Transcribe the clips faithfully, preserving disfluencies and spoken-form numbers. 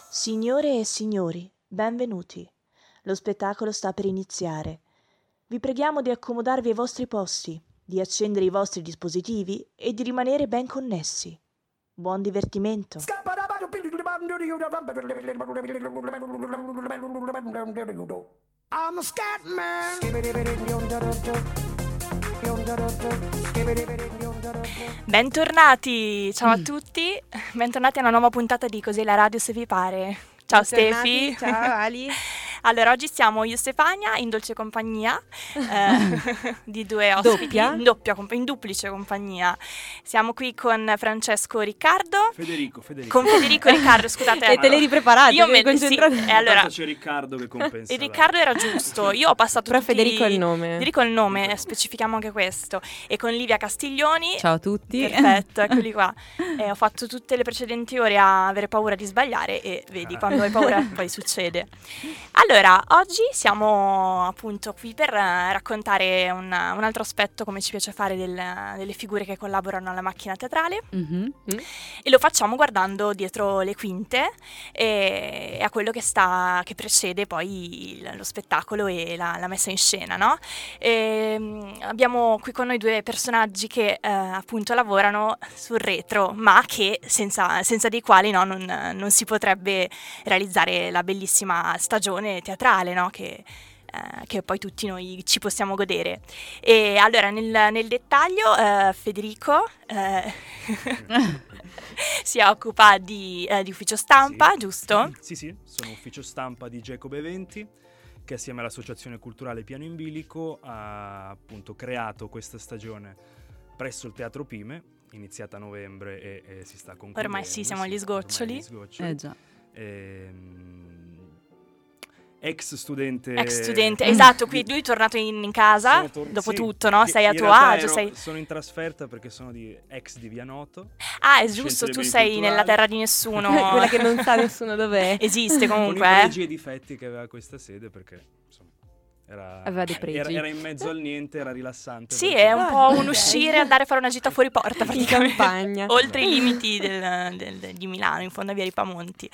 Signore e signori, benvenuti. Lo spettacolo sta per iniziare. Vi preghiamo di accomodarvi ai vostri posti, di accendere i vostri dispositivi e di rimanere ben connessi. Buon divertimento. I'm a scat man. Bentornati, ciao a tutti, bentornati a una nuova puntata di Così la radio se vi pare. Ciao Bentornati, Stefi. ciao Ali. Allora, oggi siamo io e Stefania in dolce compagnia eh, di due ospiti. Doppia? In doppia, comp- in duplice compagnia. Siamo qui con Francesco Riccardo. Federico, Federico. Con Federico Riccardo, scusate. E te l'hai ripreparate, Io ti me eri sì, concentrata. e allora Intanto c'è Riccardo che compensa. il Riccardo era giusto, io ho passato Però tutti... Federico è il nome. Federico è il nome, specifichiamo anche questo. E con Livia Castiglioni. Ciao a tutti. Perfetto, eccoli qua. E ho fatto tutte le precedenti ore a avere paura di sbagliare e vedi, quando hai paura poi succede. Allora, oggi siamo appunto qui per eh, raccontare un, un altro aspetto, come ci piace fare, del- delle figure che collaborano alla macchina teatrale. Mhm. E lo facciamo guardando dietro le quinte e, e a quello che sta, che precede poi il- lo spettacolo e la, la messa in scena, no? E, abbiamo qui con noi due personaggi che eh, appunto lavorano sul retro, ma che senza, senza dei quali no, non, non si potrebbe realizzare la bellissima stagione teatrale, no? Che, eh, che poi tutti noi ci possiamo godere. E allora nel, nel dettaglio eh, Federico eh, si occupa di, eh, di ufficio stampa, Sì. giusto? Sì, sì, sono ufficio stampa di Jacob Eventi, che assieme all'Associazione Culturale Piano in Bilico ha appunto creato questa stagione presso il Teatro Pime, iniziata a novembre e, e si sta concludendo. Ormai sì, siamo agli sgoccioli. ormai agli sgoccioli. Eh già. Ehm, ex studente... Ex studente, esatto, qui lui è tornato in, in casa, Sono tor- dopo sì, tutto, no? che Sei a in tuo realtà agio, ero- sei... sono in trasferta perché sono di ex di Vianoto. Ah, è Scienze giusto, dei tu beni sei culturali. nella terra di nessuno. Quella che non sa nessuno dov'è. Esiste Con i comunque, eh. pregi e difetti che aveva questa sede, perché insomma era, Aveva dei pregi. era, era in mezzo al niente, era rilassante. Sì, perché- è un Ah, po' un ok. uscire, andare a fare una gita fuori porta In praticamente. campagna. Oltre i limiti del- del- del- di Milano, in fondo a Via Ripamonti.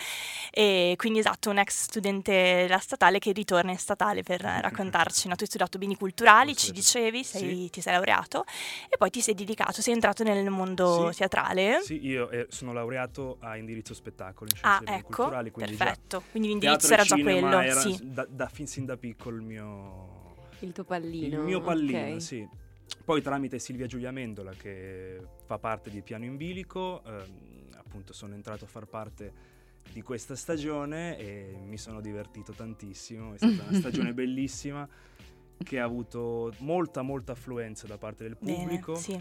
E quindi esatto, un ex studente della statale che ritorna in statale per eh, raccontarci. No? Tu hai studiato beni culturali, Ho ci studiato- dicevi, sei- sì. ti sei laureato e poi ti sei dedicato, sei entrato nel mondo Sì. teatrale. Sì, io eh, sono laureato a indirizzo spettacolo in Ah, scienze dei beni ecco, culturali, quindi perfetto. Quindi già l'indirizzo teatro era e già cinema quello, era sì. da, da fin sin da piccolo il mio Il tuo pallino. il mio pallino, ok. sì. Poi tramite Silvia Giulia Mendola, che fa parte di Piano in Bilico, ehm, appunto sono entrato a far parte di questa stagione e mi sono divertito tantissimo. È stata una stagione bellissima che ha avuto molta molta affluenza da parte del Bene, pubblico. sì.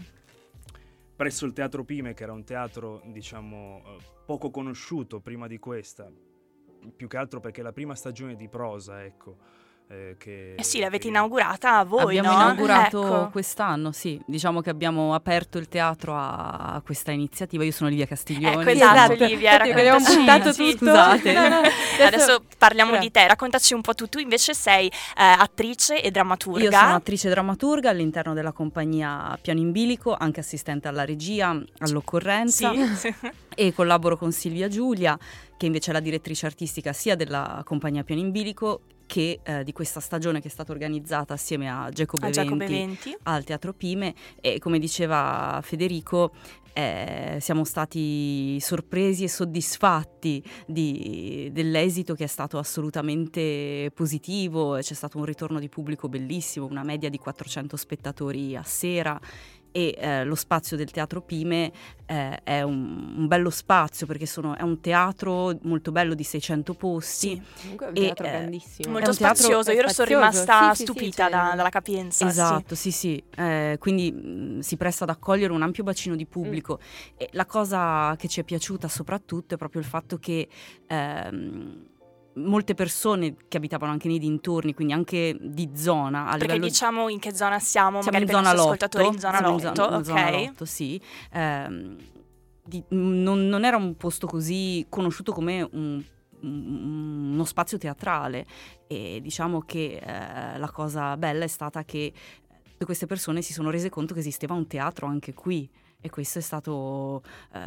Presso il Teatro Pime, che era un teatro diciamo eh, poco conosciuto prima di questa, più che altro perché la prima stagione di prosa, ecco, eh, che Eh sì, l'avete che- inaugurata voi, Abbiamo no? inaugurato Ecco. quest'anno, sì, diciamo che abbiamo aperto il teatro a a questa iniziativa. Io sono Livia Castiglioni. Ecco, esatto, Esatto. Livia, Infatti abbiamo raccontaci. buttato sì. tutto. Scusate. No, no, Adesso parliamo Però- di te, raccontaci un po' tu. Tu invece sei eh, attrice e drammaturga. Io sono attrice drammaturga all'interno della compagnia Piano in Bilico, anche assistente alla regia, all'occorrenza, Sì. e collaboro con Silvia Giulia, che invece è la direttrice artistica sia della compagnia Piano in Bilico che eh, di questa stagione che è stata organizzata assieme a Jacob A Giacomo Eventi Eventi. al Teatro Pime. E come diceva Federico, eh, siamo stati sorpresi e soddisfatti di- dell'esito, che è stato assolutamente positivo. C'è stato un ritorno di pubblico bellissimo, una media di quattrocento spettatori a sera. E eh, lo spazio del Teatro Pime eh, è un, un bello spazio, perché sono, è un teatro molto bello di seicento posti. Sì, Comunque è un E, teatro eh, grandissimo. molto un teatro- spazioso. Io ero sono spazioso, rimasta sì, sì, sì, stupita cioè- da- dalla capienza. Esatto, sì, sì. Eh, quindi mh, si presta ad accogliere un ampio bacino di pubblico. E la cosa che ci è piaciuta soprattutto è proprio il fatto che ehm, molte persone che abitavano anche nei dintorni, quindi anche di zona, a Perché livello diciamo in che zona siamo, siamo magari in per i zona nostri lotto, ascoltatori in zona siamo in lotto, zona- in zona ok. lotto, sì. Ehm, di- non, non era un posto così conosciuto come un un- uno spazio teatrale, e diciamo che eh, la cosa bella è stata che tutte queste persone si sono rese conto che esisteva un teatro anche qui, e questo è stato eh,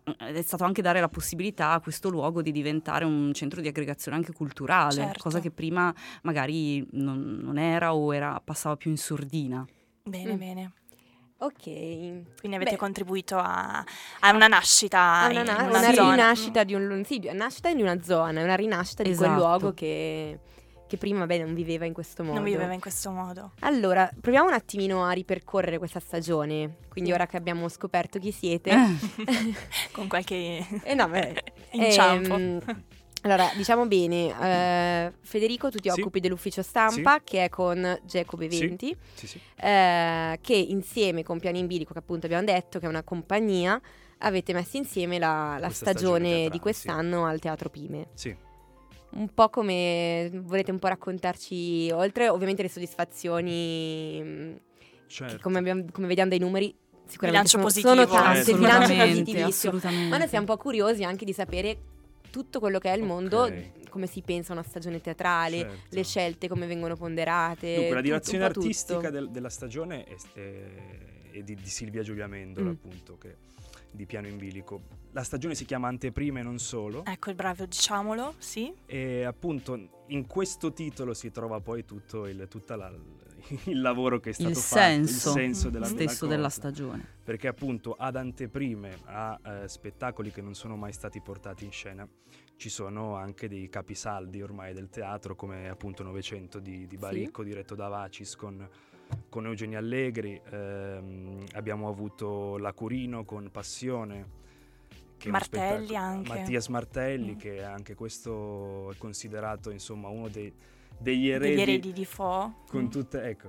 è stato anche dare la possibilità a questo luogo di diventare un centro di aggregazione anche culturale, Certo. cosa che prima magari non, non era o era, passava più in sordina. Bene, Mm. bene. Ok. Quindi avete Beh, contribuito a, a una nascita a una, in, na- in una una zona. rinascita di un sì, di una nascita di una zona, una rinascita di quel Esatto. luogo che, che prima beh, non viveva in questo modo. Non viveva in questo modo. Allora, proviamo un attimino a ripercorrere questa stagione. Quindi Sì. ora che abbiamo scoperto chi siete. Con qualche Eh no, beh, inciampo. ehm, allora, diciamo bene, eh, Federico, tu ti Sì. occupi dell'ufficio stampa che è con Jacob Sì. Eventi, Sì, sì. eh, che insieme con Piano in Bilico, che appunto abbiamo detto che è una compagnia, avete messo insieme la, la Questa stagione stagione teatrale, di quest'anno al Teatro Pime. Sì. Un po' come volete un po' raccontarci, oltre ovviamente le soddisfazioni, mh, Certo. che come, abbiamo- come vediamo dai numeri, sicuramente Bilancio sono, sono positivo. tante, Certo. il bilancio Assolutamente, positivissimo. assolutamente. Ma noi siamo un po' curiosi anche di sapere tutto quello che è il Ok. mondo, come si pensa a una stagione teatrale, Certo. le scelte, come vengono ponderate. Dunque, la tutto, direzione un po' artistica tutto. del- della stagione è, è- è di, di Silvia Giuliamendola, Mm. appunto, che, di Piano in Bilico. La stagione si chiama Anteprime e non solo, Ecco il bravo, diciamolo, sì. e appunto in questo titolo si trova poi tutto il, tutta la- il lavoro che è stato Il fatto, senso il senso della, stesso della della cosa. stagione. Perché appunto ad anteprime a eh, spettacoli che non sono mai stati portati in scena ci sono anche dei capisaldi ormai del teatro, come appunto Novecento di, di Baricco, diretto da Vacis con, con Eugenio Allegri. Ehm, abbiamo avuto L'Acurino con Passione, che è uno Martelli spettacolo- anche. Mattias Martelli, Mm. che anche questo è considerato insomma uno dei, degli eredi, Degli eredi di Fo. con tutte, ecco,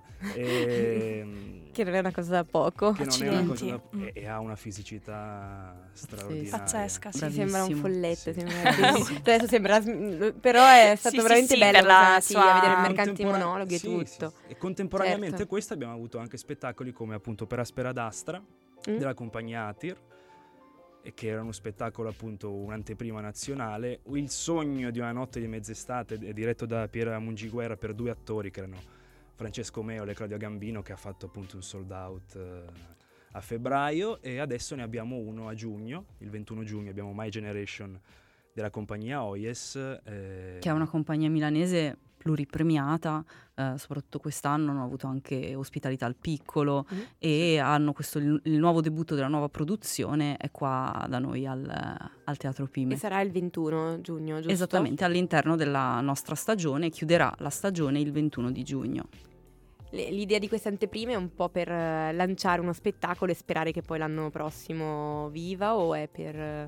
ehm, Che non è una cosa da poco. che non è una cosa da- Accidenti. e, e ha una fisicità straordinaria. Pazzesca, sì. Sì, sembra un Bravissimo. folletto, Sì. sembra bellissimo. Adesso sembra sm- però è stato Sì, sì, veramente sì, bello per la andare sì, sua- a vedere il mercante Contempora- monologhi e sì, tutto. sì. E contemporaneamente Certo. questo abbiamo avuto anche spettacoli come appunto Per Aspera d'Astra Mm. della compagnia Atir, e che era uno spettacolo appunto un'anteprima nazionale. Il sogno di una notte di mezz'estate, eh, diretto da Piera Mungiguerra per due attori che erano Francesco Meole e Claudia Gambino, che ha fatto appunto un sold out eh, a febbraio, e adesso ne abbiamo uno a giugno, il ventuno giugno abbiamo My Generation della compagnia Oyes, eh, Che è una compagnia milanese pluripremiata, eh, soprattutto quest'anno hanno avuto anche ospitalità al piccolo Mm. e hanno questo, il, il nuovo debutto della nuova produzione è qua da noi al, al Teatro Pime. E sarà il ventuno giugno, giusto? Esattamente, all'interno della nostra stagione, chiuderà la stagione il ventuno di giugno. Le- L'idea di queste anteprime è un po' per eh, lanciare uno spettacolo e sperare che poi l'anno prossimo viva, o è per... eh,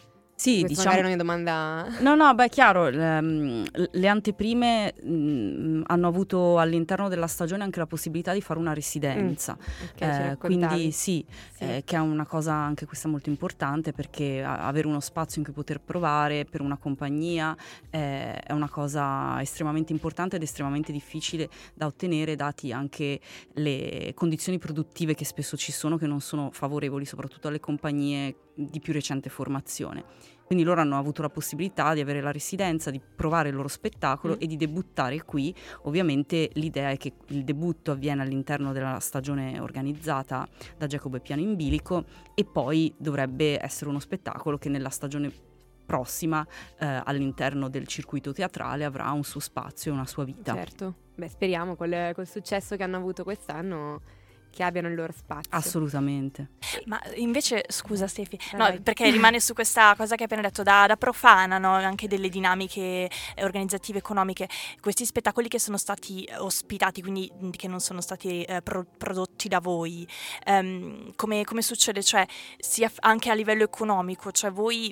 Sì, questa diciamo... magari è una domanda... No, no, beh, chiaro, le, le anteprime mh, hanno avuto all'interno della stagione anche la possibilità di fare una residenza. Ok, ci Eh, raccontavi. quindi sì, Sì. eh, che è una cosa anche questa molto importante, perché a- avere uno spazio in cui poter provare per una compagnia eh, è una cosa estremamente importante ed estremamente difficile da ottenere, dati anche le condizioni produttive che spesso ci sono, che non sono favorevoli soprattutto alle compagnie di più recente formazione. Quindi loro hanno avuto la possibilità di avere la residenza, di provare il loro spettacolo Mm. e di debuttare qui. Ovviamente l'idea è che il debutto avviene all'interno della stagione organizzata da Jacob Piano in Bilico, e poi dovrebbe essere uno spettacolo che nella stagione prossima eh, all'interno del circuito teatrale avrà un suo spazio e una sua vita. Certo. Beh, speriamo col, col successo che hanno avuto quest'anno che abbiano il loro spazio. Assolutamente. Ma invece, scusa Stefi, Vai, no, vai. perché rimane su questa cosa che hai appena detto, da, da profana, no? Anche delle dinamiche eh, organizzative, economiche, questi spettacoli che sono stati eh, ospitati, quindi mh, che non sono stati eh, pro- prodotti da voi, ehm, come, come succede? Cioè, sia f- anche a livello economico, cioè voi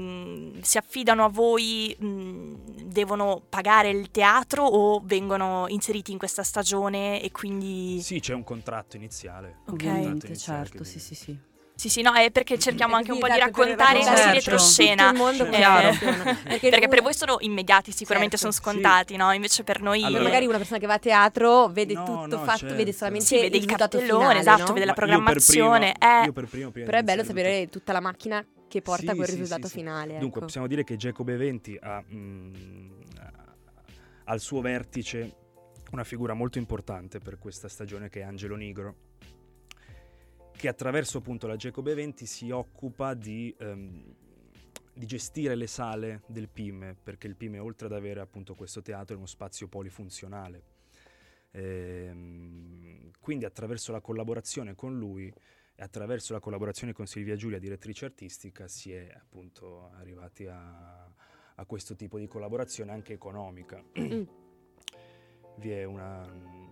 mh, si affidano a voi, mh, devono pagare il teatro o vengono inseriti in questa stagione e quindi... Sì, c'è un contratto iniziale. Ok. Ovviamente, iniziale certo, che sì, sì, sì. Sì, sì, no, è perché cerchiamo anche un po' di Esatto, per raccontare raccontare questi certo. retroscena. tutto il mondo come Chiaro. funziona. Perché, Perché per uno- voi sono immediati, sicuramente Certo. sono scontati, no? Invece per noi Allora- magari una persona che va a teatro vede No, tutto no, fatto, certo. vede solamente sì, vede il il risultato cartellone, finale, esatto, no? vede la Ma io per programmazione. primo- eh. io per primo, prima Però è di bello iniziare sapere tutta la macchina che porta a Sì, quel sì, risultato sì, sì. finale. Dunque, ecco. possiamo dire che Jacob Eventi ha mh, al suo vertice una figura molto importante per questa stagione, che è Angelo Nigro, che attraverso appunto la Jacob Eventi si occupa di, um, di gestire le sale del P I M E, perché il P I M E, oltre ad avere appunto questo teatro, è uno spazio polifunzionale. Ehm, quindi attraverso la collaborazione con lui e attraverso la collaborazione con Silvia Giulia, direttrice artistica, si è appunto arrivati a, a questo tipo di collaborazione anche economica. Mm. Vi è una,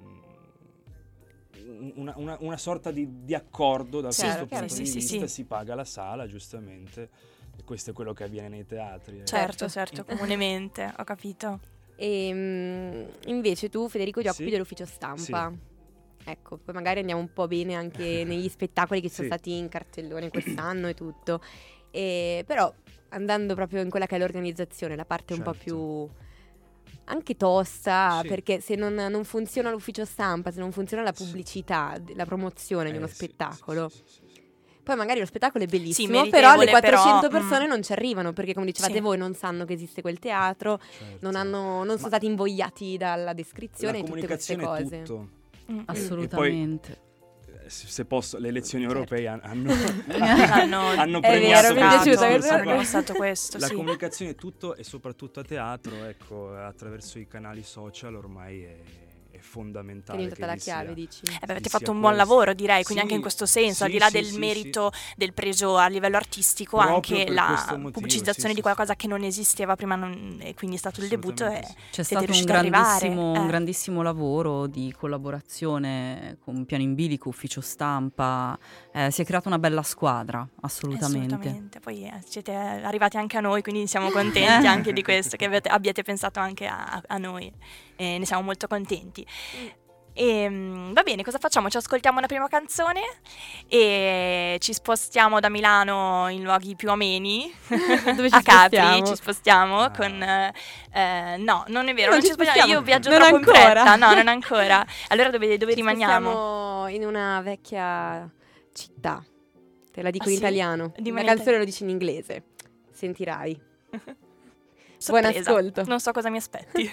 una, una, una sorta di, di accordo dal Chiaro, questo chiaro, punto sì, di sì, vista, sì. si paga la sala, giustamente, e questo è quello che avviene nei teatri. eh. Certo, certo, comunemente, ho capito. E um, invece tu, Federico, ti occupi Sì. dell'ufficio stampa. Sì. Ecco, poi magari andiamo un po' bene anche negli spettacoli che sono Sì. stati in cartellone quest'anno e tutto. E, però andando proprio in quella che è l'organizzazione, la parte un po' Certo. più anche tosta, Sì. perché se non, non funziona l'ufficio stampa, se non funziona la Sì. pubblicità, la promozione di Eh, uno sì, spettacolo, sì, sì, sì, sì. poi magari lo spettacolo è bellissimo, meritevole, però le quattrocento però, persone mm. non ci arrivano, perché come dicevate Sì. voi non sanno che esiste quel teatro, Certo. non, hanno, non sono Ma stati invogliati dalla descrizione la e tutte queste comunicazione è cose. tutto. Mm. Assolutamente. Eh, Se se posso, le elezioni Certo. europee han- hanno, Hanno, hanno È premiato vero, mi è piaciuta questo, questa hanno cosa. dimostrato questo, La sì. comunicazione è tutto, e soprattutto a teatro, ecco, attraverso i canali social ormai è, è Che è fondamentale. diventata che la vi chiave, sia- dici? Eh beh, avete Sì, fatto sì, un buon questo. lavoro, direi, quindi Sì, anche in questo senso, al sì, di là sì, del sì, merito, del pregio a livello artistico, Proprio anche per la questo motivo, pubblicizzazione sì, di sì, qualcosa sì. che non esisteva prima, non- e quindi è stato il debutto. E Assolutamente sì. C'è siete stato un riusciti ad arrivare. grandissimo, un Eh. grandissimo lavoro di collaborazione con Piano in Bilico, ufficio stampa, eh, si è creata una bella squadra, assolutamente. Assolutamente, poi eh, siete arrivati anche a noi, quindi siamo contenti anche di questo, che avete- abbiate pensato anche a, a noi, e ne siamo molto contenti. E, mm, va bene, cosa facciamo? Ci ascoltiamo una prima canzone e ci spostiamo da Milano in luoghi più ameni, Dove ci a Capri, spostiamo? ci spostiamo Ah. con... eh, eh, no, non è vero, Non non ci ci spostiamo, spostiamo. io viaggio Non troppo in ancora. fretta, no, non ancora. Allora dove, dove Ci rimaniamo? spostiamo in una vecchia città. Te la dico Ah, in sì? italiano. Dimmela La in canzone lo dici in inglese. Sentirai. Sorpresa. Buon ascolto. Non so cosa mi aspetti.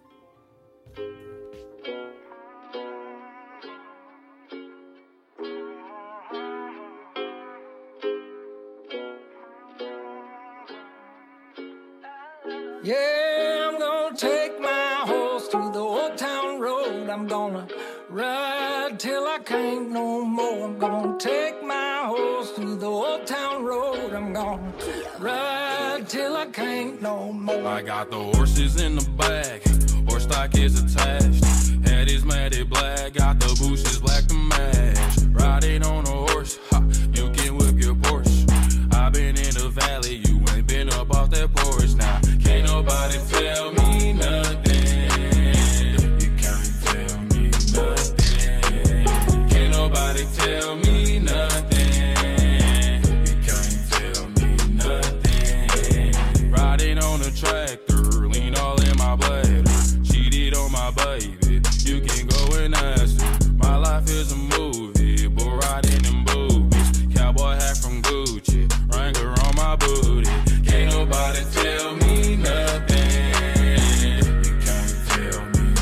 Yeah, I'm gonna take my horse through the old town road. I'm gonna ride till I can't no more. I'm gonna take my horse through the old town road. I'm gonna ride till I can't no more. I got the horses in the back, horse stock is attached. Head is matted black, got the bushes black to match. Riding on a horse, ha, you can whip your Porsche. I've been in the valley, you ain't been up off that porch. Now, can't nobody tell me nothing. You can't tell me nothing. Can't nobody tell me nothing. You can't tell me nothing. Riding on a tractor, lean all in my bladder. Cheated on my baby, you can go and ask her. My life is a movie, bull riding in boobies. Cowboy hat from Gucci, Wrangler on my booty. Can't nobody tell me nothing. You can't tell me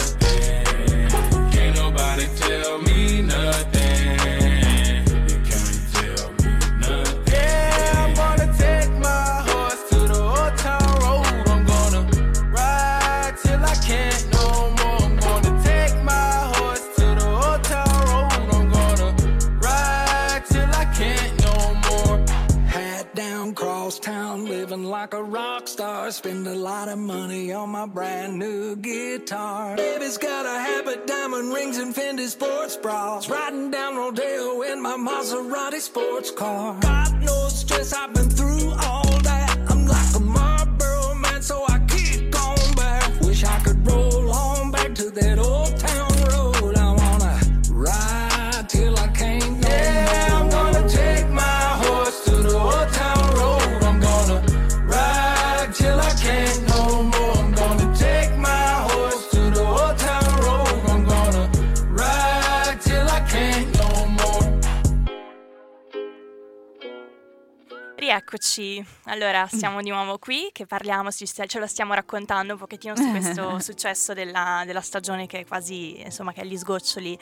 nothing. Can't nobody tell me nothing. You can't tell me nothing. Yeah, I'm gonna take my horse to the old town road. I'm gonna ride till I can't no more. I'm gonna take my horse to the old town road. I'm gonna ride till I can't no more. Hat down, cross town, living like a rock star. Spend a lot of money on my brand new guitar. Baby's got a habit, diamond rings and Fendi sports bras. Riding down Rodeo in my Maserati sports car. Got no stress, I've been through all that. I'm like a Marlboro man, so I keep going back. Wish I could roll on back to that old town road. I wanna ride till I can't no Yeah, I'm gonna take my horse to the old town road. I'm gonna ride till I can't no more. I'm gonna take my horse to the old town road. I'm gonna ride till I can't no more. Eccoci, allora siamo di nuovo qui che parliamo, ci sta- ce lo stiamo raccontando un pochettino su questo successo della, della stagione che è quasi, insomma, che è agli sgoccioli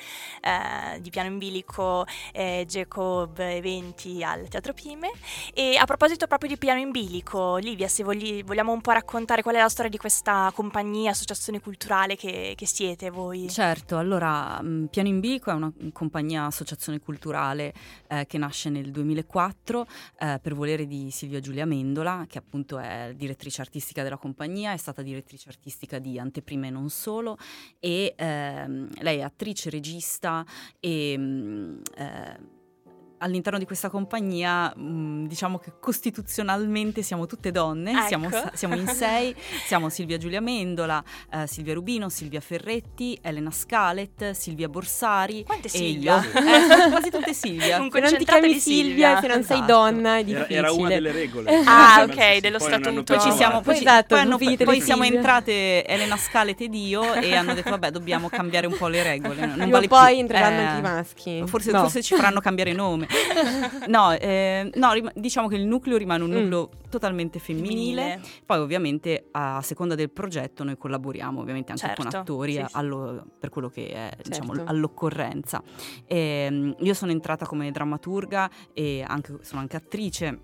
eh, di Piano in Bilico, eh, Jacob Eventi al Teatro Pime. E a proposito proprio di Piano in Bilico, Livia, se vogli, vogliamo un po' raccontare qual è la storia di questa compagnia, associazione culturale che, che siete voi? Certo, allora mh, Piano in Bilico è una compagnia associazione culturale eh, che nasce nel duemilaquattro eh, per volere di Silvia Giulia Amendola, che appunto è direttrice artistica della compagnia, è stata direttrice artistica di Anteprime e non solo, e ehm, lei è attrice, regista e mh, eh, all'interno di questa compagnia mh, diciamo che costituzionalmente siamo tutte donne, Ecco. siamo, siamo in sei, siamo Silvia Giulia Amendola, eh, Silvia Rubino, Silvia Ferretti, Elena Scalet, Silvia Borsari Quante e Silvia? io. Eh, quasi tutte Silvia. Un Se non ti concentrato chiami di Silvia, Silvia. se non sei Esatto. donna è Era, difficile. era una delle regole. Ah, Sì, ok, sì, dello poi non hanno statuto. più Poi ci siamo, provato. poi, ci- Esatto, poi hanno- finite poi le siamo Silvia. entrate Elena Scalet ed io e hanno detto vabbè dobbiamo cambiare un po' le regole. Non Prima vale o poi più. entreranno Eh, anche i maschi. Forse, No. forse ci faranno cambiare nome. No, eh, no rim- diciamo che il nucleo rimane un Mm. nucleo totalmente femminile. Femminile. Poi ovviamente a seconda del progetto noi collaboriamo ovviamente anche con Certo, attori sì, a- sì. allo- per quello che è diciamo, Certo. all'occorrenza. Ehm, io sono entrata come drammaturga e anche, sono anche attrice.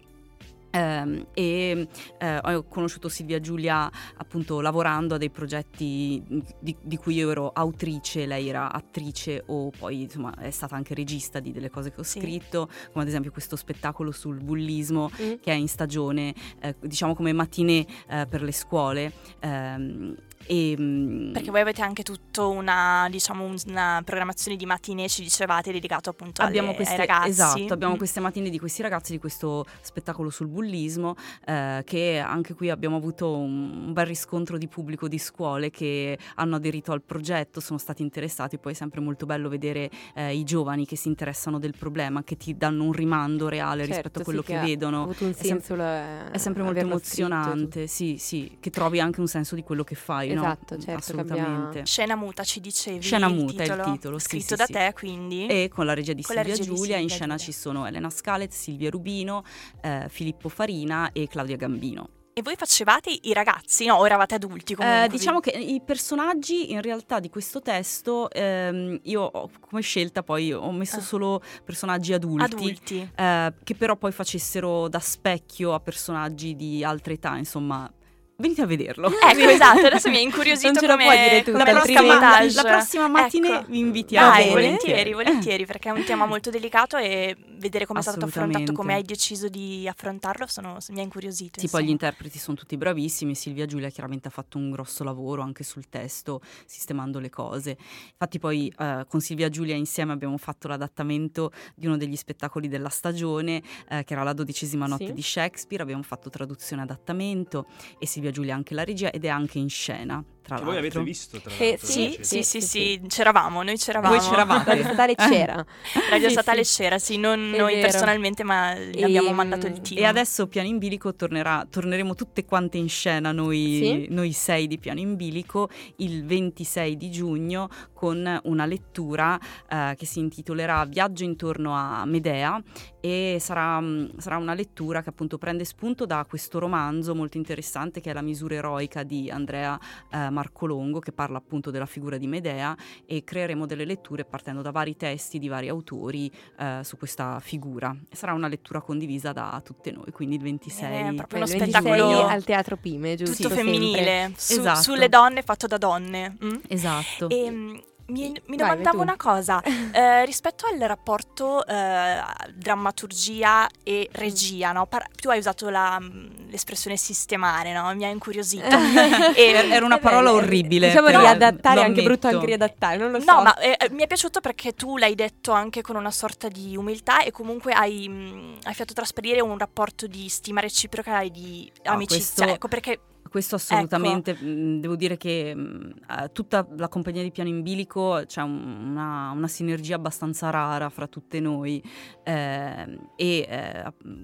Ehm, e eh, ho conosciuto Silvia Giulia appunto lavorando a dei progetti di, di cui io ero autrice, lei era attrice o poi insomma è stata anche regista di delle cose che ho Sì. scritto, come ad esempio questo spettacolo sul bullismo Mm. che è in stagione eh, diciamo come matinée eh, per le scuole. Ehm, e, mm, Perché voi avete anche tutto una, diciamo, un- una programmazione di matinée, ci dicevate, dedicato appunto alle- abbiamo queste, ai ragazzi. esatto, abbiamo Mm. queste mattine di questi ragazzi di questo spettacolo sul bullismo eh, che anche qui abbiamo avuto un, un bel riscontro di pubblico di scuole che hanno aderito al progetto, sono stati interessati. Poi è sempre molto bello vedere eh, i giovani che si interessano del problema, che ti danno un rimando reale Certo, rispetto a sì, quello che che ha vedono. avuto un È sem- senso la- È sempre molto averlo scritto e tutto. emozionante, sì, sì, che trovi anche un senso di quello che fai, no? Esatto, certo, che abbia- assolutamente. Scena muta, ci dicevi. Scena il muta è il titolo, titolo, sì, scritto sì, da sì. te, quindi. E con la regia di Con la Silvia regia di Giulia, in Silvia scena Giulia. ci sono Elena Scalet, Silvia Rubino, eh, Filippo Farina e Claudia Gambino. E voi facevate i ragazzi, no? O eravate adulti comunque? Eh, diciamo che i personaggi in realtà di questo testo ehm, io ho, come scelta poi ho messo Ah. solo personaggi adulti, Adulti. eh, che però poi facessero da specchio a personaggi di altra età, insomma. Venite a vederlo. Ecco, esatto, adesso mi è incuriosito Non ce lo come, puoi dire tu, come la, prossima, montage. la prossima mattina Ecco. vi invitiamo. Dai, bene. volentieri, volentieri, perché è un tema molto delicato e vedere come è stato affrontato, Assolutamente. come hai deciso di affrontarlo, sono, mi ha incuriosito. Sì, poi gli insomma. interpreti sono tutti bravissimi. Silvia Giulia chiaramente ha fatto un grosso lavoro anche sul testo, sistemando le cose. Infatti poi eh, con Silvia Giulia insieme abbiamo fatto l'adattamento di uno degli spettacoli della stagione, eh, che era la dodicesima notte Sì. di Shakespeare. Abbiamo fatto traduzione e adattamento e Silvia Giulia anche la regia ed è anche in scena, tra Che l'altro. voi avete visto, tra Eh, l'altro. Sì, dice. sì, sì, sì, sì, c'eravamo, noi c'eravamo. Voi c'eravate. Radio Statale c'era. Radio Sì, Statale sì. c'era, sì, non È noi vero. personalmente, ma gli E, abbiamo mm, mandato il team. E adesso Piano in Bilico tornerà, torneremo tutte quante in scena, noi, Sì. noi sei di Piano in Bilico, il ventisei di giugno con una lettura eh, che si intitolerà Viaggio intorno a Medea e sarà, mh, sarà una lettura che appunto prende spunto da questo romanzo molto interessante che è La misura eroica di Andrea eh, Marcolongo, che parla appunto della figura di Medea, e creeremo delle letture partendo da vari testi di vari autori eh, su questa figura. E sarà una lettura condivisa da tutte noi, quindi il ventisei. Eh, proprio uno Il ventisei spettacolo al Teatro Pime, giusto? tutto Sempre. femminile, su- Esatto. sulle donne, fatto da donne. mm? Esatto. E, mm, mi, mi Vai, domandavo vai tu. una cosa, eh, rispetto al rapporto eh, drammaturgia e regia, no? Par- tu hai usato la, mm, l'espressione sistemare, no? Mi ha incuriosito. E- Era una parola Vabbè, orribile. Diciamo però riadattare, lo è anche brutto ammetto. anche riadattare, non lo so. No, ma eh, mi è piaciuto perché tu l'hai detto anche con una sorta di umiltà e comunque hai, mh, hai fatto trasparire un rapporto di stima reciproca e di No, amicizia. questo- Ecco perché Questo assolutamente, mh, devo dire che mh, eh, tutta la compagnia di Piano in Bilico c'è un- una, una sinergia abbastanza rara fra tutte noi eh, e eh,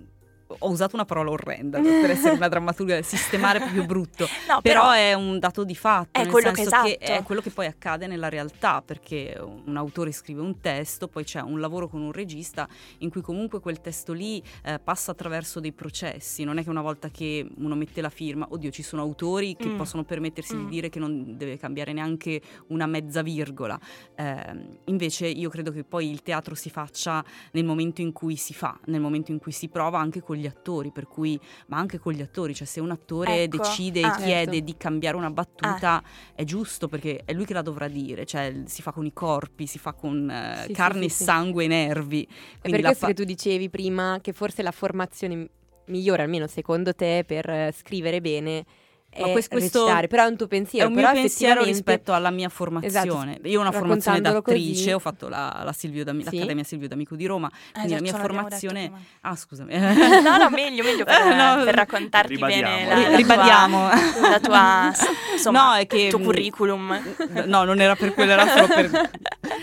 ho usato una parola orrenda per essere una drammaturga, sistemare è proprio brutto, No, però, però è un dato di fatto, è nel quello che senso che esatto. è quello che poi accade nella realtà, perché un autore scrive un testo, poi c'è un lavoro con un regista in cui comunque quel testo lì eh, passa attraverso dei processi, non è che una volta che uno mette la firma, oddio, ci sono autori che Mm. possono permettersi Mm. di dire che non deve cambiare neanche una mezza virgola. Eh, invece io credo che poi il teatro si faccia nel momento in cui si fa, nel momento in cui si prova, anche con gli attori, per cui, ma anche con gli attori, cioè se un attore Ecco. decide Ah. e chiede Certo. di cambiare una battuta è giusto, perché è lui che la dovrà dire, cioè si fa con i corpi, si fa con eh, Sì, carne sì, e sì, sì. sangue e nervi. È Quindi per la questo fa- che tu dicevi prima che forse la formazione migliore, almeno secondo te, per eh, scrivere bene Ma è quest- questo recitare. Però è un tuo È pensiero, un mio però pensiero effettivamente- rispetto alla mia formazione. Esatto, Io ho una formazione raccontandolo d'attrice, così- ho fatto la, la Silvio D'Ami- Sì. l'Accademia Silvio D'Amico di Roma, Eh, quindi già, la mia ce l'abbiamo detto formazione... prima. Ah, scusami. No, no, meglio, meglio per, No, per raccontarti ribadiamo. bene la, Ri- la tua- ribadiamo. la tua, insomma, No, è che, il tuo mh, curriculum. No, non era per quello, era solo per...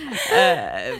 Eh,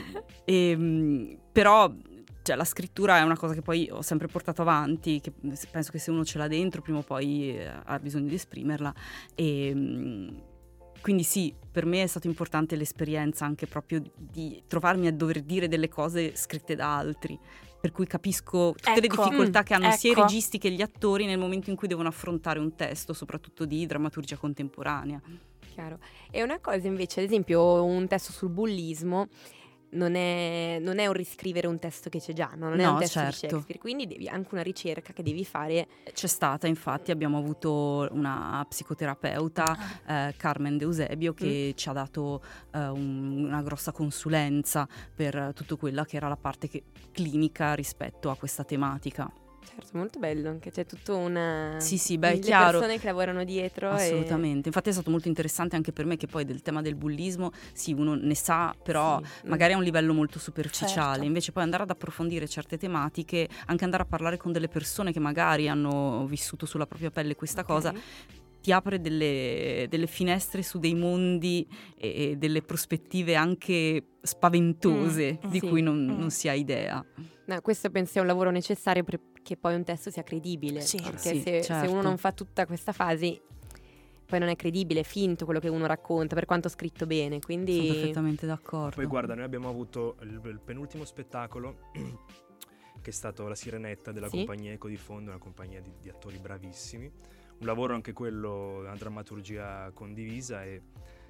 ehm, però cioè, la scrittura è una cosa che poi ho sempre portato avanti, che penso che se uno ce l'ha dentro prima o poi eh, ha bisogno di esprimerla. E, mh, quindi sì, per me è stato importante l'esperienza anche proprio di trovarmi a dover dire delle cose scritte da altri, per cui capisco tutte le Ecco. difficoltà Mm, che hanno sia i ecco. registi che gli attori nel momento in cui devono affrontare un testo, soprattutto di drammaturgia contemporanea. Chiaro. E una cosa invece, ad esempio, un testo sul bullismo non è, non è un riscrivere un testo che c'è già, no? Non è No, un testo di certo. Shakespeare, quindi devi anche una ricerca che devi fare. C'è stata, infatti, abbiamo avuto una psicoterapeuta, eh, Carmen De Eusebio, che ci ha dato eh, un- una grossa consulenza per tutto quella che era la parte che- clinica rispetto a questa tematica. Certo, molto bello, anche c'è tutto una... Sì, sì, beh, è le chiaro. persone che lavorano dietro. e- Assolutamente, infatti è stato molto interessante anche per me che poi del tema del bullismo, sì, uno ne sa, però Sì, mm. magari a un livello molto superficiale, Certo. invece poi andare ad approfondire certe tematiche, anche andare a parlare con delle persone che magari hanno vissuto sulla propria pelle questa Ok. cosa, ti apre delle, delle finestre su dei mondi e, e delle prospettive anche spaventose Mm, di sì. cui non, Mm. non si ha idea. No, questo penso sia un lavoro necessario perché poi un testo sia credibile. Sì. Perché Sì, se, se certo. uno non fa tutta questa fase, poi non è credibile, è finto quello che uno racconta, per quanto scritto bene. Sono Quindi perfettamente d'accordo. Poi guarda, noi abbiamo avuto il, il penultimo spettacolo che è stato La Sirenetta della Sì. compagnia Eco di Fondo, una compagnia di, di attori bravissimi, un lavoro anche quello, una drammaturgia condivisa, e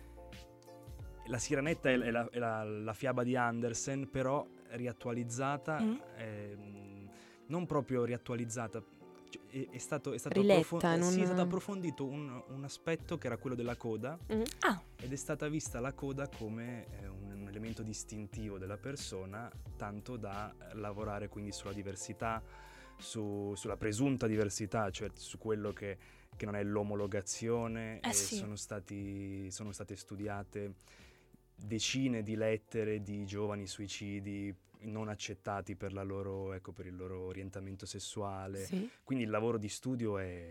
La Sirenetta è, è la, è la- la fiaba di Andersen, però riattualizzata, Mm. ehm, non proprio riattualizzata, cioè, è, è stato, è stato, Riletta approfo- in sì, è un- stato approfondito un, un aspetto che era quello della coda, Mhm. Ah, ed è stata vista la coda come eh, un, un elemento distintivo della persona, tanto da eh, lavorare quindi sulla diversità, su- sulla presunta diversità, cioè su quello che, che non è l'omologazione. Eh e sì. sono stati, sono state studiate decine di lettere di giovani suicidi non accettati per la loro, ecco, per il loro orientamento sessuale. Sì. Quindi il lavoro di studio è,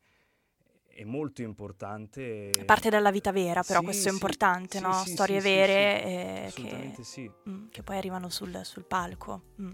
è molto importante. parte dalla vita vera, però Sì, questo è sì, importante, sì, no? sì, Storie sì, sì, vere sì. eh, Assolutamente che, sì. mm, che poi arrivano sul, sul palco. Mm.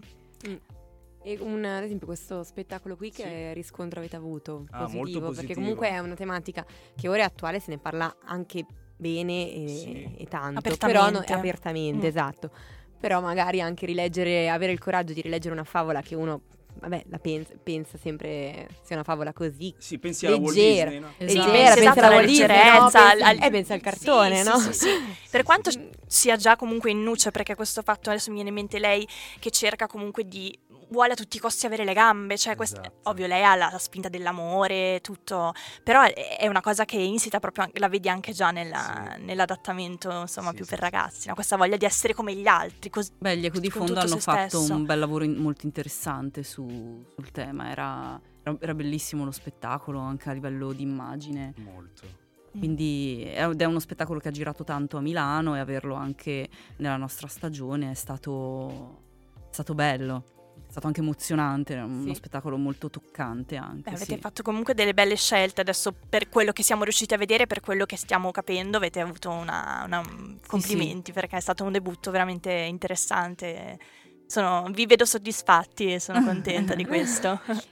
E un, ad esempio questo spettacolo qui che Sì. riscontro avete avuto? Ah, molto Perché positivo. comunque è una tematica che ora è attuale, se ne parla anche bene e, Sì. e tanto. Apertamente. Però no, apertamente, Mm. esatto. Però magari anche rileggere, avere il coraggio di rileggere una favola che uno, vabbè, la pensa, pensa sempre sia una favola così. Sì, pensi alla Walt Leggera. Disney, no? Esatto. Leggera, Sì, pensa esatto, alla alla Walt Disney, no? leggerezza, Pensi- al- eh, pensa al cartone, sì, no? Sì, sì, sì. Per quanto sia già comunque in nuce, perché questo fatto, adesso mi viene in mente lei che cerca comunque di, vuole a tutti i costi avere le gambe, cioè questo, Esatto. ovvio lei ha la, la spinta dell'amore, tutto, però è, è una cosa che insita proprio, an- la vedi anche già nella- Sì. nell'adattamento, insomma, Sì, più sì, per sì. ragazzi, no? Questa voglia di essere come gli altri, cos- Beh, gli Eco di con Fondo tutto hanno se fatto stesso. un bel lavoro in- molto interessante su- sul tema, era, era- era bellissimo lo spettacolo anche a livello di immagine, Molto. quindi è, ed è uno spettacolo che ha girato tanto a Milano, e averlo anche nella nostra stagione è stato, è stato bello, è stato anche emozionante, è uno Sì. spettacolo molto toccante anche. Beh, avete sì. fatto comunque delle belle scelte adesso per quello che siamo riusciti a vedere, per quello che stiamo capendo, avete avuto una, una- complimenti perché è stato un debutto veramente interessante. Sono- vi vedo soddisfatti e sono contenta di questo.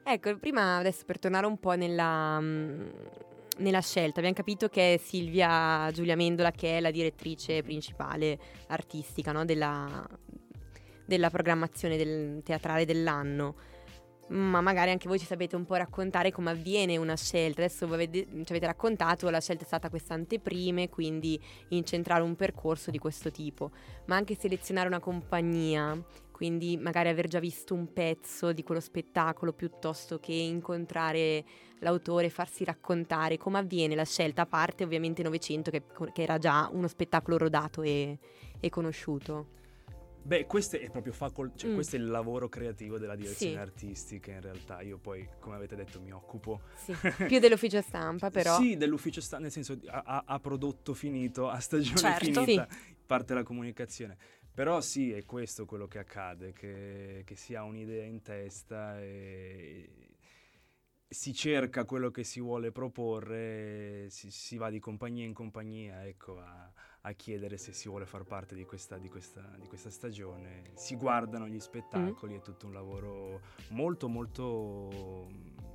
Ecco, prima adesso per tornare un po' nella, mh, nella scelta, abbiamo capito che è Silvia Giulia Amendola che è la direttrice principale artistica, no, della, della programmazione del teatrale dell'anno. Ma magari anche voi ci sapete un po' raccontare come avviene una scelta. Adesso avete, ci avete raccontato, la scelta è stata questa anteprime, quindi incentrare un percorso di questo tipo, ma anche selezionare una compagnia, quindi magari aver già visto un pezzo di quello spettacolo piuttosto che incontrare l'autore, farsi raccontare. Come avviene la scelta, a parte ovviamente Novecento che, che era già uno spettacolo rodato e, e conosciuto? Beh, questo è proprio facol- cioè, Mm. questo è il lavoro creativo della direzione Sì. artistica, in realtà. Io poi, come avete detto, mi occupo Sì, più dell'ufficio stampa però. Sì, dell'ufficio stampa, nel senso a, a- a prodotto finito, a stagione Certo. finita, parte la comunicazione. Però sì, è questo quello che accade, che, che si ha un'idea in testa e si cerca quello che si vuole proporre, si, si va di compagnia in compagnia, ecco, a, a chiedere se si vuole far parte di questa, di questa, di questa stagione. Si guardano gli spettacoli, Mm. è tutto un lavoro molto molto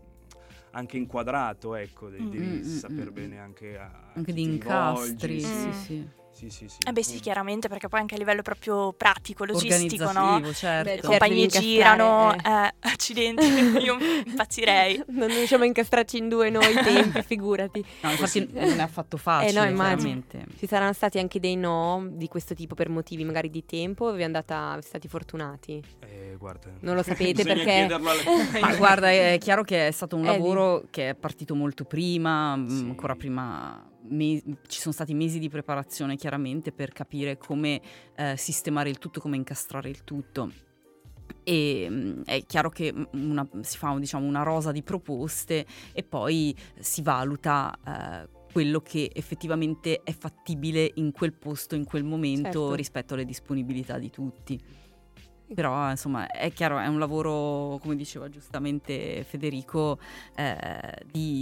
anche inquadrato, ecco, di, di Mm, mm, saper mm, bene anche a, a Anche chi di ti incastri, rivolgi, sì, Mm. sì. sì, sì, sì. Eh beh sì, chiaramente, perché poi anche a livello proprio pratico, logistico, no? Organizzativo, certo. Beh, Le certo, compagnie devi girano, incastrare, eh, accidenti, io impazzirei. Non riusciamo a incastrarci in due noi i tempi, figurati. No, infatti non è affatto facile, Eh, no, immagino. chiaramente. Ci saranno stati anche dei no di questo tipo per motivi magari di tempo, o vi è andata, siete stati fortunati? Eh, guarda, Non lo sapete bisogna perché- chiederlo alle- Ma guarda, è chiaro che è stato un Eh, lavoro che è partito molto prima, mh, Sì. ancora prima me- ci sono stati mesi di preparazione chiaramente per capire come eh, sistemare il tutto, come incastrare il tutto. E mh, è chiaro che mh, una- si fa diciamo una rosa di proposte e poi si valuta eh, quello che effettivamente è fattibile in quel posto, in quel momento, Certo. rispetto alle disponibilità di tutti. Però insomma è chiaro, è un lavoro, come diceva giustamente Federico, eh,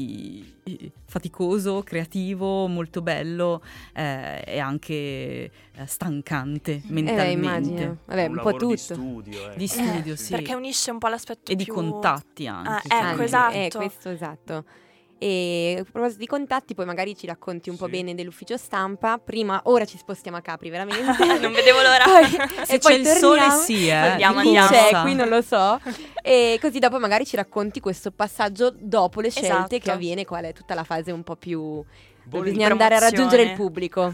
di faticoso, creativo, molto bello eh, e anche eh, stancante Eh, mentalmente. immagino. Vabbè, un un po' lavoro di tutto. studio, ecco. Di studio, Eh, sì. Perché unisce un po' l'aspetto E di più... contatti anche. Ah, chiaramente. ecco, Anche, esatto. Eh, questo esatto. E a proposito di contatti, poi magari ci racconti un po' Sì. bene dell'ufficio stampa. Prima, ora ci spostiamo a Capri, veramente. Non vedevo l'ora. Poi- Se e poi c'è il sole torniamo. sì, eh. Andiamo, di Qui andiamo. c'è, corsa. qui non lo so. E così dopo magari ci racconti questo passaggio dopo le scelte Esatto. che avviene, qual è tutta la fase un po' più... dove Volentieri. bisogna andare a raggiungere il Promozione. pubblico.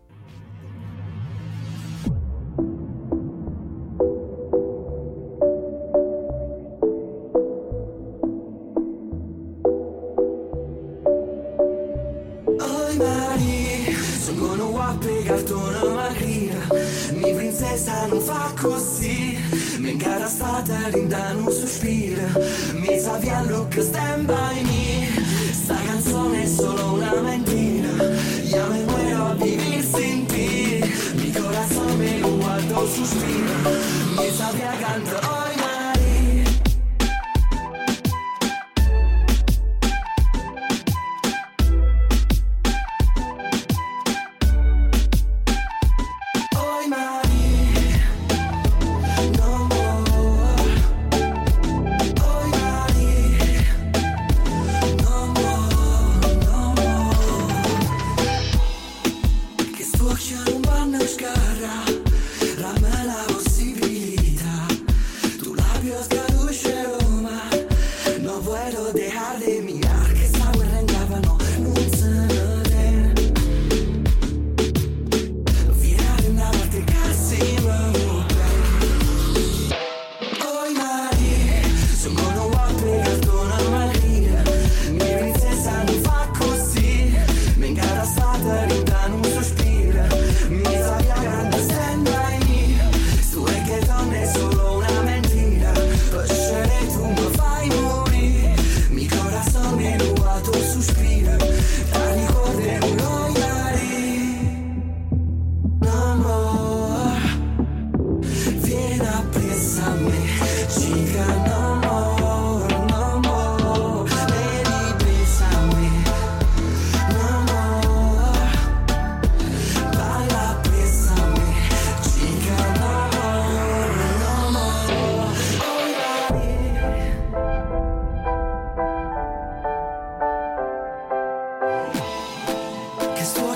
Oi Mari, sono gonna walk piegarti una magrina. Mi princesa non fa così. Mi incara stata linda non sospira. Mi sa via look stand by me. Sta canzone è solo una mentira. Ya me muero a vivir sin ti. Mi corazón me lo guardo suspira. Mi sa via canto oi Mari. Oi Mari, no more. Oi Mari, no more, no more. Che sfoccia un panno scarra, ramma la possibilità. Tu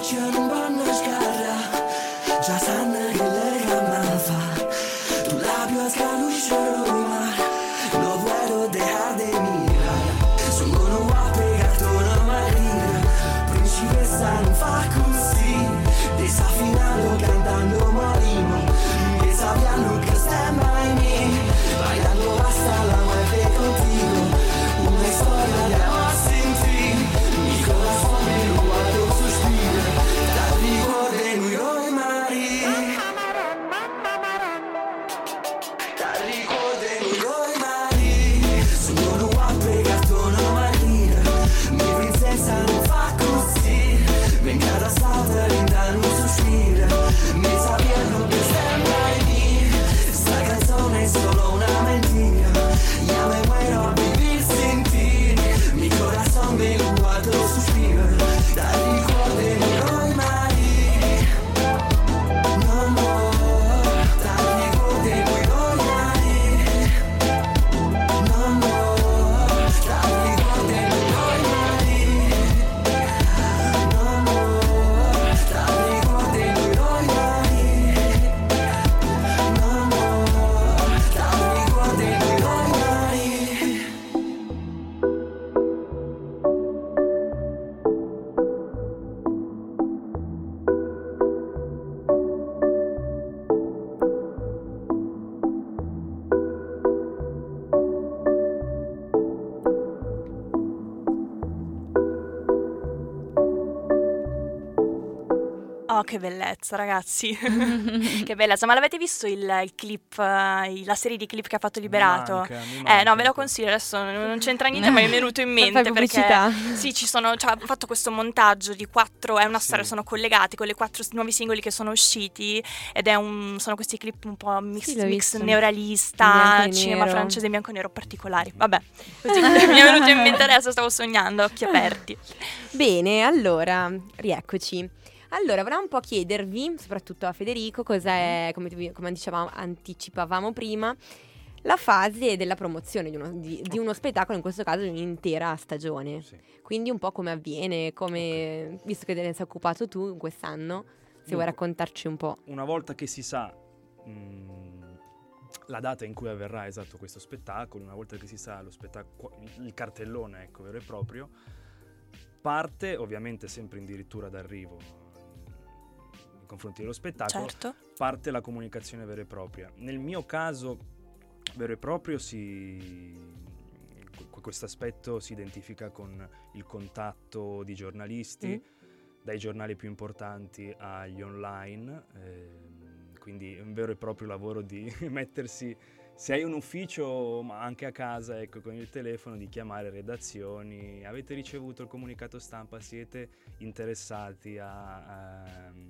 occhio non vanno scarra, già sanno che lei ama fa. Tu labios que luce Roma, no puedo dejar de mirar. Sono nuova pegato una marina, principessa non fa così, desafinando cantando marino, que sabiendo que está by me, bailando hasta la muerte contigo, una historia de amor sin ti, mi corazón me lo guardo suspira, te ricordo muy hoy Mari. Oh, che bellezza, ragazzi. Che bellezza. Ma l'avete visto il, il clip, uh, la serie di clip che ha fatto Liberato? Mi manca, mi eh, manca. no, ve lo consiglio. Adesso non, non c'entra niente, ma mi è venuto in mente. Fai Perché pubblicità. sì, ci sono, cioè, ha fatto questo montaggio di quattro, è una Sì. storia, sono collegati con le quattro nuovi singoli che sono usciti. Ed è un, sono questi clip un po' mix, Sì, l'ho mix visto. neorealista, Bianco e cinema nero. francese bianco e nero particolari. Vabbè, così mi è venuto in mente adesso, stavo sognando, occhi aperti. Bene, allora, rieccoci. Allora, vorrei un po' chiedervi, soprattutto a Federico, cos'è, come, ti- come dicevamo, anticipavamo prima, la fase della promozione di uno, di, di uno spettacolo, in questo caso di un'intera stagione. Sì. Quindi un po' come avviene, come, visto che te ne sei occupato tu quest'anno, se vuoi Dunque, raccontarci un po'. Una volta che si sa mh, la data in cui avverrà esatto questo spettacolo, una volta che si sa lo spettacolo, il cartellone, ecco, vero e proprio, parte ovviamente sempre addirittura d'arrivo nei confronti dello spettacolo, Certo. parte la comunicazione vera e propria. Nel mio caso vero e proprio si questo aspetto si identifica con il contatto di giornalisti, Mm. dai giornali più importanti agli online, ehm, quindi è un vero e proprio lavoro di mettersi, se hai un ufficio ma anche a casa, ecco, con il telefono, di chiamare redazioni: avete ricevuto il comunicato stampa, siete interessati a, a,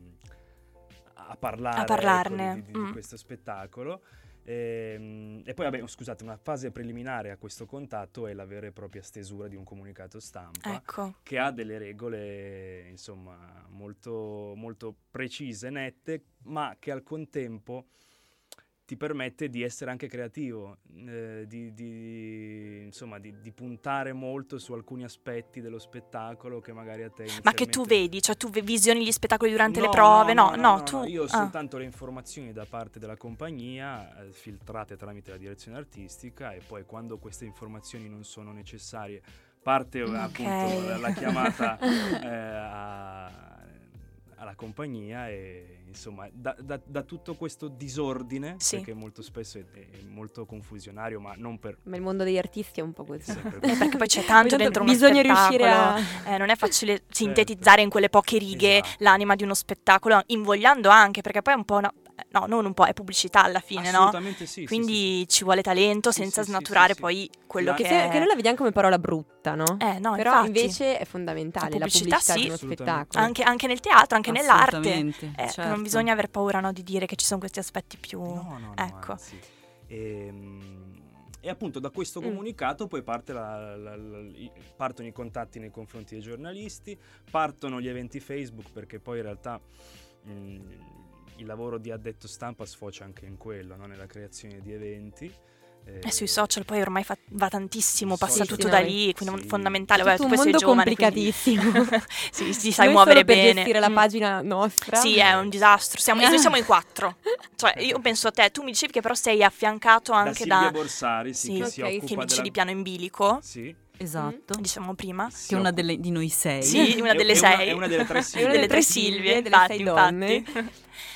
a parlare A parlarne, ecco, di, di- di mm. questo spettacolo. Ehm, E, poi vabbè, scusate, una fase preliminare a questo contatto è la vera e propria stesura di un comunicato stampa, Ecco. che ha delle regole insomma molto, molto precise, nette, ma che al contempo ti permette di essere anche creativo, eh, di, di- insomma di, di puntare molto su alcuni aspetti dello spettacolo che magari a te Ma che tu inizialmente- vedi, cioè tu ve- visioni gli spettacoli durante le No, prove? No, no, no, no, tu... no, io ho ah. soltanto le informazioni da parte della compagnia, eh, filtrate tramite la direzione artistica, e poi quando queste informazioni non sono necessarie parte eh, Ok. appunto la, la chiamata eh, a- alla compagnia, e insomma da, da- da tutto questo disordine, Sì. perché molto spesso è, è molto confusionario, ma non per Ma il mondo degli artisti è un po' è così. sempre Eh, così. perché poi c'è tanto Ogni tanto dentro uno bisogna spettacolo, riuscire a- eh, non è facile sintetizzare in quelle poche righe Esatto. l'anima di uno spettacolo, invogliando anche, perché poi è un po' una... no, non un po', è pubblicità alla fine, no? Assolutamente sì, sì, Quindi sì, sì. ci vuole talento Sì, senza sì, sì, snaturare sì, sì. poi quello La- che, Che, se- che noi la vediamo come parola brutta, no? Eh, no, Però infatti. invece è fondamentale La la pubblicità, pubblicità sì. di uno Assolutamente. spettacolo. anche, anche nel teatro, anche nell'arte, Assolutamente, eh, certo. non bisogna aver paura, no, di dire che ci sono questi aspetti più... No, no, no, ecco. anzi. Ehm, E, appunto da questo Mm. comunicato poi parte la- la- la- i- partono i contatti nei confronti dei giornalisti, partono gli eventi Facebook, perché poi in realtà mh, il lavoro di addetto stampa sfocia anche in quello, no? Nella creazione di eventi. E sui social poi ormai fa- va tantissimo, passa Sì, tutto sì, da no, lì, quindi sì. è fondamentale. È Vabbè, tutto tu un poi sei mondo giovane, quindi complicatissimo. sì, ti sai Noi muovere solo per bene. gestire la Mm. pagina nostra. Sì, è un disastro. Siamo, noi siamo in quattro. Cioè, io penso a te, tu mi dicevi che però sei affiancato Da anche Silvia da... Borsari, sì, Sì, che ok, si che che occupa mi dice della... di piano in bilico, Sì, Esatto. dicevamo prima. si Che è una occupa- delle, di noi sei. Sì, una È- delle è una- sei. è una delle tre È Silvie. una delle tre Silvie, Silvie, delle infatti, sei infatti. donne.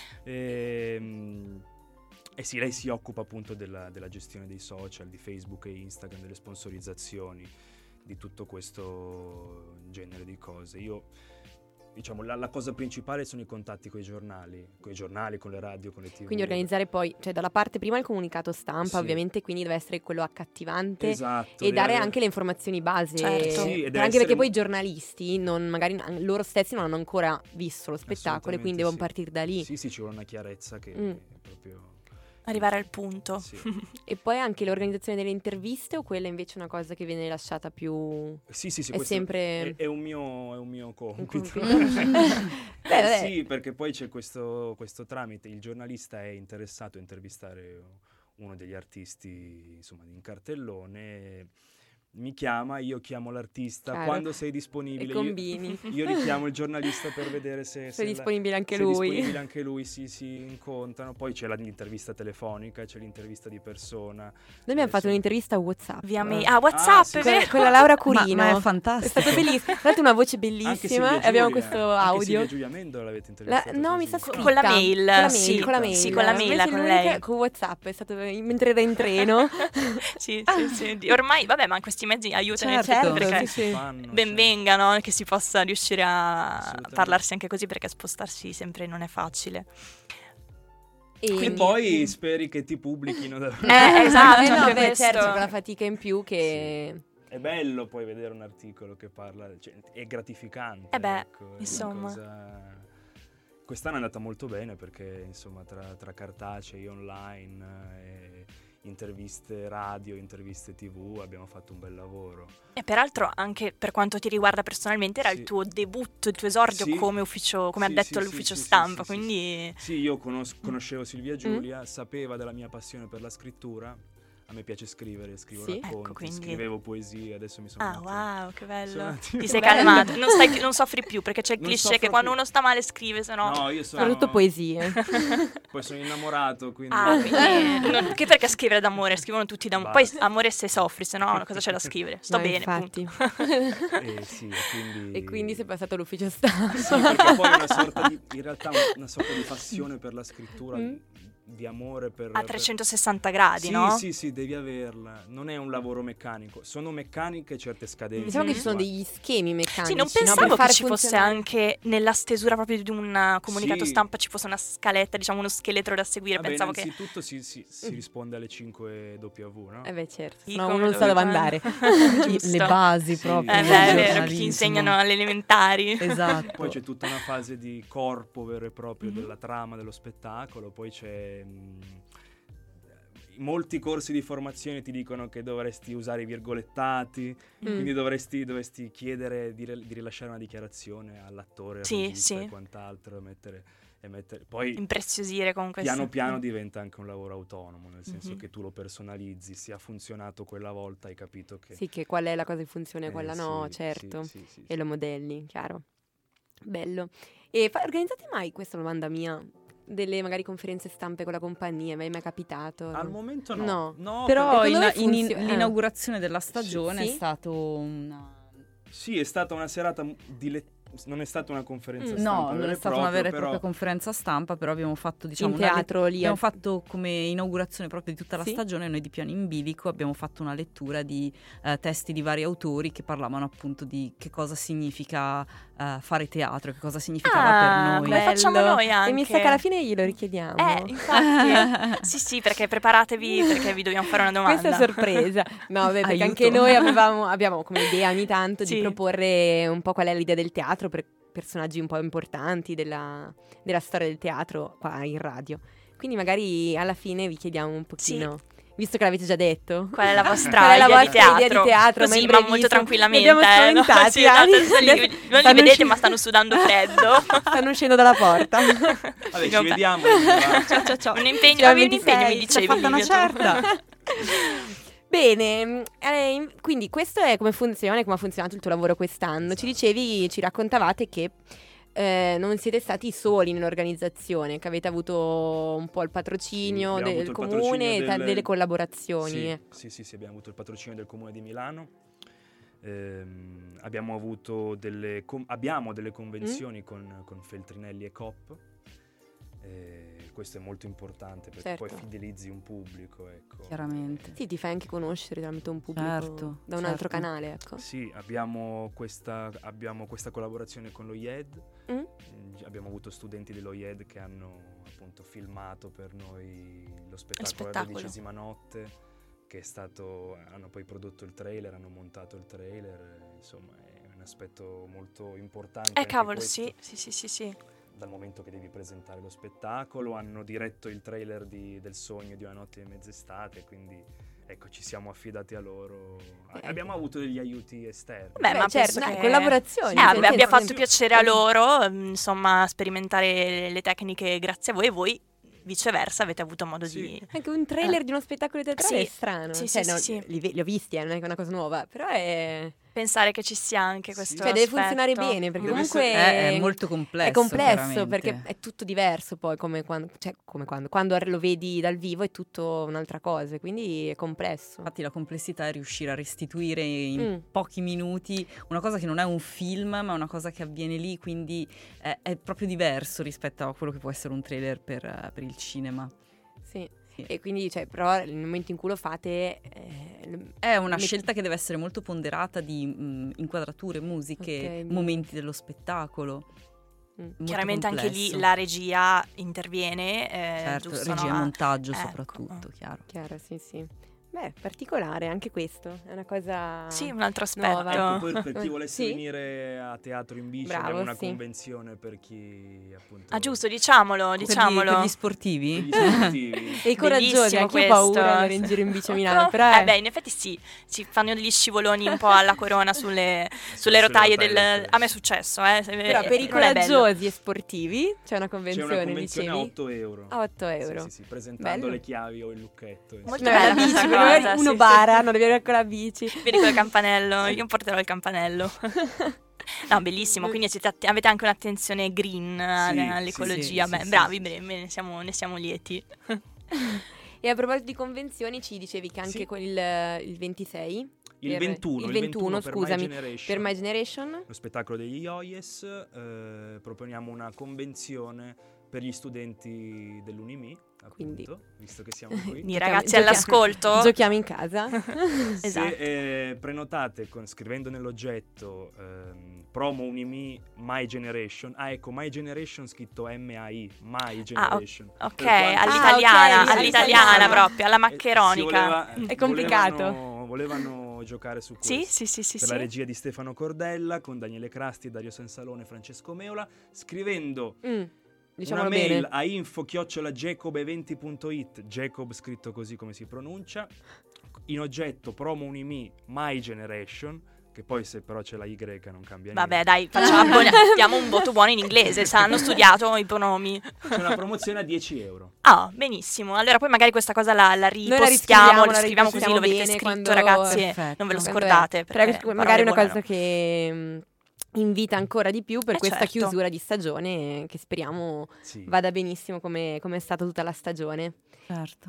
Ehm, E sì, lei si occupa appunto della, della gestione dei social, di Facebook e Instagram, delle sponsorizzazioni, di tutto questo genere di cose. Io, diciamo, la, la cosa principale sono i contatti con i giornali, con i giornali, con le radio, con le tivù. Quindi organizzare poi, cioè dalla parte prima il comunicato stampa, Sì. ovviamente, quindi deve essere quello accattivante. Esatto. E deve dare avere- anche le informazioni base. Certo. Sì, e deve anche essere perché poi mo- i giornalisti non, magari an- loro stessi non hanno ancora visto lo spettacolo e quindi devono Assolutamente sì. partire da lì. Sì, sì, ci vuole una chiarezza che Mm. è proprio... Arrivare al punto. Sì. E poi anche l'organizzazione delle interviste, o quella invece è una cosa che viene lasciata più... Sì, sì, sì, È questo sempre- è, è un mio, è un mio un compito. compito? Beh, vabbè. Sì, perché poi c'è questo, questo tramite, il giornalista è interessato a intervistare uno degli artisti, insomma, in cartellone, mi chiama, io chiamo l'artista, Chiaro. quando sei E disponibile, io, combini. io richiamo il giornalista per vedere se, Se è la- disponibile anche se è lui. disponibile anche lui, si, si incontrano, poi c'è la- l'intervista telefonica, c'è l'intervista di persona. Noi abbiamo Eh, fatto insomma. un'intervista a WhatsApp. Via mail. Eh. Ah, WhatsApp, Ah, sì, è sì. vero? Con, con la Laura Ma, Curino. ma è È fantastico. stato bellissimo. Tra l'altro una voce Anche bellissima Silvia e abbiamo Giulia, questo anche audio. Silvia Giuliamendo l'avete La- intervistata no, mi così. sa Con- scritta. con la mail, con la mail, sì. con la mail. Sì, con la mail, Invece con l'unica- lei. con WhatsApp è stato mentre era in treno. Sì, sì, sì. Di- Ormai, vabbè, ma questi mezzi aiutano in Certo, effetti, perché sì, sì. Fanno, ben cioè. vengano, che si possa riuscire a Assolutamente. parlarsi anche così, perché spostarsi sempre non è facile. E, E poi speri che ti pubblichino davvero. Eh, esatto, Eh, no, anche beh, questo. certo, c'è quella fatica in più che... È bello poi vedere un articolo che parla, cioè, è gratificante. Eh beh, ecco, è una insomma. cosa- Quest'anno è andata molto bene perché insomma tra, tra cartacei, online, eh, interviste radio, interviste tivù abbiamo fatto un bel lavoro. E peraltro, anche per quanto ti riguarda personalmente, era Sì. il tuo debutto, il tuo esordio Sì. come ufficio, come Sì, addetto sì, all'ufficio sì, sì, stampa, sì, sì, quindi Sì, io conos- conoscevo Silvia Giulia, sapeva della mia passione per la scrittura. A me piace scrivere, scrivo Sì. racconti, Ecco, quindi- scrivevo poesie, adesso mi sono ah, un attimo- wow, che sono bello. un attimo- Ti sei Bello. calmato, non, stai più- non soffri più, perché c'è il Non cliché soffro che quando più. uno sta male scrive, se no... No, io sono Soprattutto poesie. Poi sono innamorato, quindi Ah, quindi non- che perché scrivere d'amore? Scrivono tutti d'amore. Poi Basta. amore se soffri, se no cosa c'è da scrivere? Sto No, bene, infatti. punto. Eh, sì, e quindi E quindi sei passato all'ufficio stampa. Sì, perché poi è una sorta di, in realtà una, una sorta di passione per la scrittura, Mm. di amore per... A per- trecentosessanta gradi, Sì, no? sì, sì, devi averla. Non è un lavoro meccanico, sono meccaniche certe scadenze. Diciamo che ci sono Guarda. degli schemi meccanici. Sì, non no, per pensavo che far ci fosse funzionare- anche nella stesura proprio di un comunicato Sì. stampa ci fosse una scaletta, diciamo uno scheletro da seguire. Vabbè, Pensavo che innanzitutto si, si- si risponde alle cinque W, no? Eh beh, certo, Sì, se no come uno non sa dove dove vanno. andare. Giusto. Le basi Sì. proprio. Eh del beh, è vero, che giornalismo. ti insegnano alle elementari. Esatto. Poi c'è tutta una fase di corpo vero e proprio Mhm. della trama dello spettacolo, poi c'è... mh, molti corsi di formazione ti dicono che dovresti usare i virgolettati, Mm. quindi dovresti, dovresti chiedere di, ri- di rilasciare una dichiarazione all'attore, al Sì, regista sì. e quant'altro, e mettere, e mettere... Poi Impreziosire con questo. piano piano diventa anche un lavoro autonomo, nel senso Mhm. che tu lo personalizzi, se ha funzionato quella volta hai capito che... Sì, che qual è la cosa che funziona e Eh, quella no, sì, certo. sì, sì, sì, E sì. lo modelli, chiaro. Bello. E fa- organizzate mai, questa è una domanda mia, delle magari conferenze stampe con la compagnia? Mi è mai capitato? Al momento no. No. No, Però Secondo in- me in- funziona- eh. l'inaugurazione della stagione Sì. è stato una... Sì, è stata una serata dilettante. Non è stata una conferenza Mm. stampa No, non vera è e stata una vera e però- propria conferenza stampa, però abbiamo fatto, diciamo, in una le- teatro lì. abbiamo fatto come inaugurazione proprio di tutta la Sì. stagione, noi di Piano in Bilico abbiamo fatto una lettura di eh, testi di vari autori che parlavano appunto di che cosa significa eh, fare teatro, che cosa significava Ah, per noi. come facciamo noi E mi sa anche. che alla fine glielo richiediamo. Eh, infatti. Sì, sì, perché preparatevi, perché vi dobbiamo fare una domanda. Questa è sorpresa. No, beh, perché Aiuto. anche noi avevamo, abbiamo come idea ogni tanto Sì. di proporre un po' qual è l'idea del teatro per personaggi un po' importanti della, della storia del teatro qua in radio. Quindi magari alla fine vi chiediamo un pochino, visto che l'avete già detto. Qual è la vostra Qual è la idea, vostra di teatro? idea di teatro? Così, in ma molto brevissimo. tranquillamente. Li abbiamo eh, no? spaventati, Sì, esatto, Ani. adesso li, non li Stanno vedete, usci- ma stanno sudando freddo. Stanno uscendo dalla porta. Vabbè, ci Vabbè. vediamo. va. Ciao ciao ciao. Un impegno, Ciao, avevi un impegno, mi ventisei, dicevi. fatta una Livia, tu. certa. Bene, eh, quindi questo è come funziona e come ha funzionato il tuo lavoro quest'anno. Esatto. Ci dicevi, ci raccontavate che eh, non siete stati soli nell'organizzazione, che avete avuto un po' il patrocinio Sì, abbiamo del avuto il comune patrocinio e ta- del- delle collaborazioni. Sì, eh. sì, sì, sì, abbiamo avuto il patrocinio del Comune di Milano. Ehm, abbiamo avuto delle com- abbiamo delle convenzioni con, con Feltrinelli e Coop. Eh, questo è molto importante perché Certo. poi fidelizzi un pubblico, ecco. Chiaramente. Sì, ti fai anche conoscere tramite un pubblico Certo, da un altro certo. canale, ecco. Sì, abbiamo questa, abbiamo questa collaborazione con lo I E D. Mm? Mm, abbiamo avuto studenti dello I E D che hanno appunto filmato per noi lo spettacolo, La spettacolo. dodicesima notte, che è stato, hanno poi prodotto il trailer, hanno montato il trailer, eh, insomma è un aspetto molto importante. Eh anche cavolo, questo, sì, sì, sì, sì, sì. dal momento che devi presentare lo spettacolo, hanno diretto il trailer di, del Sogno di una notte di mezz'estate, quindi ecco ci siamo affidati a loro. Eh, Abbiamo avuto degli aiuti esterni. Beh, Beh, ma certo, penso dai, che- collaborazioni. Eh, nel abbi- abbia senso- fatto piacere a loro, mm, insomma, sperimentare le tecniche grazie a voi e voi viceversa avete avuto modo Sì. di... Anche un trailer Eh. di uno spettacolo teatrale Sì, è strano. sì, Cioè, sì, no, sì, sì. Li, ve- li ho visti, eh, non è che è una cosa nuova, però è... Pensare che ci sia anche Sì. questo Cioè, deve aspetto. funzionare bene, perché Deve comunque essere- È, è molto complesso. è complesso, veramente. perché è tutto diverso poi, come quando, cioè, come quando, quando lo vedi dal vivo è tutto un'altra cosa, quindi è complesso. Infatti la complessità è riuscire a restituire in Mm. pochi minuti una cosa che non è un film, ma una cosa che avviene lì, quindi è, è proprio diverso rispetto a quello che può essere un trailer per, eh, per il cinema. Sì. Sì. E quindi, cioè, però nel momento in cui lo fate... eh, È una met- scelta che deve essere molto ponderata di mh, inquadrature, musiche, Ok, momenti dello spettacolo. Mm. Molto Chiaramente anche lì complesso. la regia interviene, eh, Certo, giusto, regia no? e montaggio Ecco. soprattutto, chiaro. Chiaro, sì, sì. Beh, particolare anche questo, è una cosa... Sì, un altro aspetto. Nuova. Ecco, poi per chi volesse Sì. venire a Teatro in Bici Bravo, abbiamo una sì. convenzione per chi appunto Ah, giusto, diciamolo, Per gli- diciamolo. Per gli sportivi? per gli sportivi. E i coraggiosi, Bellissimo anche io ho questo. paura di andare in giro in bici a Milano, però è... Eh beh, in effetti sì, ci fanno degli scivoloni un po' alla corona sulle, sulle Sulle rotaie rotaie del... del- A me è successo, eh. Però per i non è bello. coraggiosi e sportivi c'è una C'è convenzione, una convenzione a dicevi? otto euro. A otto euro. Sì, sì, sì, presentando Bello. le chiavi o il lucchetto. insomma. Molto No, la bella bici, questa perché magari cosa, uno sì, bara, non deve avere con la bici. Vieni col campanello, io porterò il campanello. No, bellissimo, quindi siete att- avete anche un'attenzione green alle- Sì, all'ecologia. sì, Beh, sì, sì, bravi, sì. bene, bene, ne siamo, ne siamo lieti. E a proposito di convenzioni ci dicevi che anche Sì. con il, il ventisei Il per- ventuno, il il ventuno, ventuno per scusami, My Generation. per My Generation Lo spettacolo degli Ioies, eh, proponiamo una convenzione per gli studenti dell'Unimi, Quindi- appunto, visto che siamo qui. Quindi Giochiamo- ragazzi giochiamo- all'ascolto. giochiamo in casa. Esatto. Se eh, prenotate con- scrivendo nell'oggetto ehm, promo Unimi My Generation, ah ecco My Generation scritto M A I, My Generation. Ok, Per quanto- all'italiana, Ah, ok, all'italiana all'italiana. proprio, alla Eh, si maccheronica. voleva- È complicato. Volevano, volevano giocare su questo. Sì, sì, sì, sì, per sì. la regia di Stefano Cordella, con Daniele Crasti, Dario Sensalone e Francesco Meola, scrivendo Mm, diciamolo una mail bene. a info chiocciola jacob eventi punto it, Jacob scritto così come si pronuncia, in oggetto promo Unimi My Generation, che poi se però c'è la Y non cambia Vabbè, niente. dai, facciamo buona- diamo un voto buono in inglese, sa, hanno studiato i pronomi. C'è una promozione a dieci euro. Ah, benissimo. Allora poi magari questa cosa la, la Noi la ripostiamo, riscriviamo, la la scriviamo così, lo vedete ripostiamo scritto, bene quando- ragazzi, e Perfetto. non ve lo Quando è- scordate. però perché è magari una parole cosa buone che mm, invita ancora di più per Eh, questa certo. chiusura di stagione che speriamo Sì. vada benissimo come, come è stata tutta la stagione. Certo.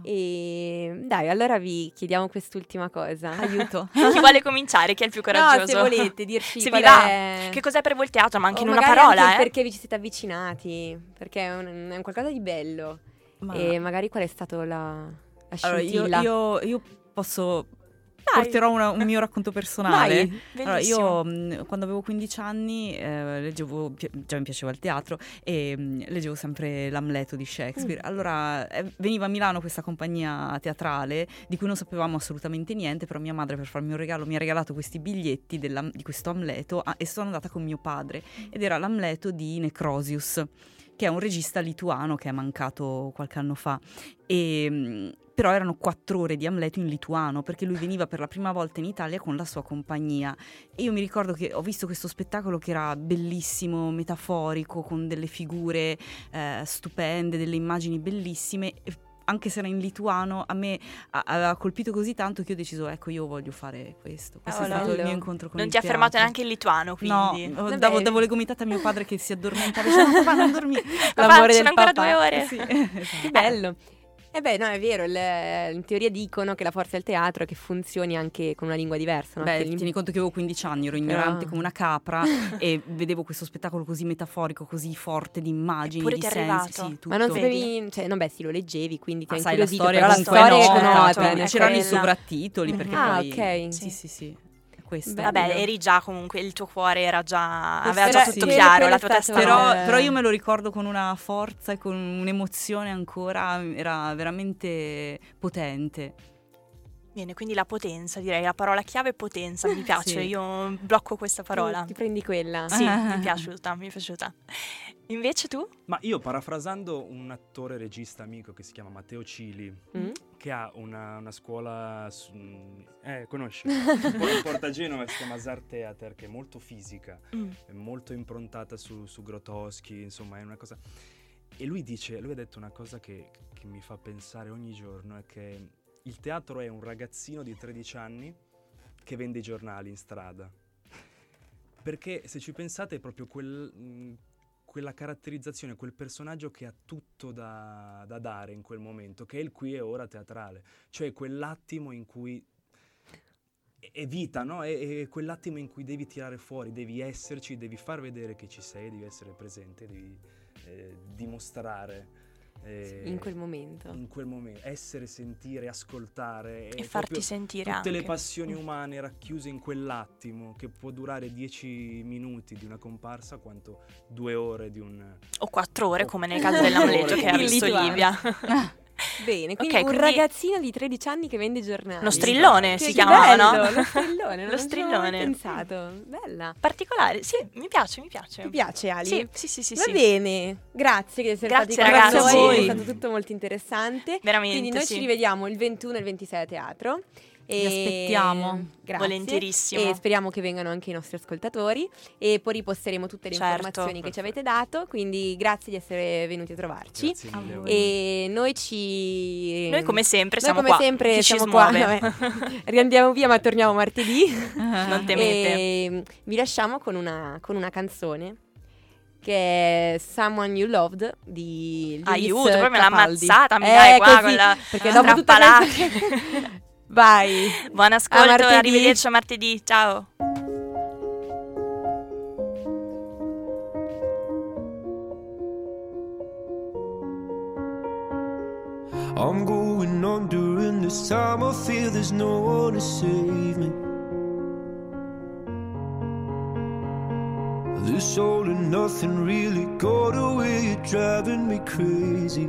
E dai, allora vi chiediamo quest'ultima cosa. Aiuto. no. Chi vuole cominciare? Chi è il più coraggioso? No, se volete dirci Se qual vi va. è... Che cos'è per voi il teatro, ma anche o in una magari parola, anche il eh? perché vi ci siete avvicinati, perché è un, è un qualcosa di bello. Ma- E magari qual è stato la, la Allora, io, scintilla? io, io posso... Dai. Porterò una- un mio racconto personale. Vai. Allora, Bellissimo. io mh, quando avevo quindici anni eh, leggevo, pi- già mi piaceva il teatro e mh, leggevo sempre l'Amleto di Shakespeare. Mm. Allora eh, veniva a Milano questa compagnia teatrale di cui non sapevamo assolutamente niente, però mia madre per farmi un regalo mi ha regalato questi biglietti della- di questo Amleto ah, e sono andata con mio padre ed era l'Amleto di Necrosius, che è un regista lituano che è mancato qualche anno fa. E, mh, però erano quattro ore di Amleto in lituano, perché lui veniva per la prima volta in Italia con la sua compagnia. E io mi ricordo che ho visto questo spettacolo che era bellissimo, metaforico, con delle figure eh, stupende, delle immagini bellissime. E anche se era in lituano, a me a- aveva colpito così tanto che io ho deciso, ecco, io voglio fare questo. Questo Ah, è stato bello. il mio incontro con Non il ti ha fermato teatro. neanche il lituano, quindi. No, Vabbè. davo, davo le gomitate a mio padre che si addormentava e diceva, papà non dormi. Papà, L'amore sono del ancora papà. due ore. Sì, Che esatto. bello. Eh beh, no, è vero, il- in teoria dicono che la forza del teatro è che funzioni anche con una lingua diversa, no? Beh, Che l'im- tieni conto che avevo quindici anni, ero ignorante Però- come una capra e vedevo questo spettacolo così metaforico, così forte di immagini, Eppure di ti è sensi, arrivato. sì, tutto. Ma non Vedi? sapevi, cioè, no, beh, sì, lo leggevi, quindi ti Ma ha sai, la incuriosito, storia però la comunque storia è è nota, nota, cioè, in è c'erano i quella. sovrattitoli perché Mhm. Ah, poi ok. sì, sì, sì. È questo. Bello. Vabbè, eri già comunque, il tuo cuore era già, Questo aveva già era- tutto sì, chiaro, quello la è tua stato- testa. Però, Eh. però io me lo ricordo con una forza e con un'emozione ancora, era veramente potente. Bene, quindi la potenza, direi, la parola chiave è potenza, mi piace, Sì. io blocco questa parola. Ti prendi quella. Sì, mi è piaciuta, mi è piaciuta. Invece tu? Ma io, parafrasando un attore regista amico che si chiama Matteo Cili, Mm? che ha una, una scuola, su- eh, conosci? Un po' in Porta Genova, si chiama Zar Theater, che è molto fisica, Mm. è molto improntata su, su Grotowski, insomma è una cosa... E lui dice, lui ha detto una cosa che, che mi fa pensare ogni giorno, è che il teatro è un ragazzino di tredici anni che vende i giornali in strada. Perché se ci pensate è proprio quel... mh, quella caratterizzazione, quel personaggio che ha tutto da, da dare in quel momento, che è il qui e ora teatrale, cioè quell'attimo in cui è, è vita, no? È, è quell'attimo in cui devi tirare fuori, devi esserci, devi far vedere che ci sei, devi essere presente, devi eh, dimostrare eh, In quel momento. in quel momento, essere, sentire, ascoltare E è farti proprio sentire tutte anche. le passioni umane racchiuse in quell'attimo che può durare dieci minuti di una comparsa quanto due ore di un... O quattro ore, O come nel caso dell'amuleto che ha In visto lituano. Livia. Bene, quindi Ok, un quindi- ragazzino di tredici anni che vende giornali. Lo strillone Che si bello, chiamava, no? Lo strillone, non Lo ci avevo mai strillone. pensato. Bella. Particolare, sì, mi piace, mi piace. Ti piace, Ali? Sì, sì, sì, sì. Va sì. bene, grazie che siete Grazie, stati con ragazzi. noi, Grazie a è voi. stato tutto molto interessante. Veramente, Quindi noi sì. ci rivediamo il ventuno e il ventisei a teatro. Vi aspettiamo. Grazie. Volentierissimo. E speriamo che vengano anche i nostri ascoltatori e poi riposteremo tutte le Certo. informazioni che ci avete dato, quindi grazie di essere venuti a trovarci. Grazie mille a voi. E noi ci Noi come sempre Noi siamo come qua. sempre Chi ci siamo qua. smuove? Vabbè. Riandiamo via, ma torniamo martedì. Non temete. E vi lasciamo con una, con una canzone che è Someone You Loved di Lewis Aiuto, poi me l'ha Capaldi. ammazzata, mi Eh, dai qua così, con la perché dopo tutta strappalacrime. questa... Vai. Buon ascolto, A martedì. arrivederci a martedì, ciao. I'm going on during this time. I feel there's no one to save me. This all and nothing really got away. You're driving me crazy.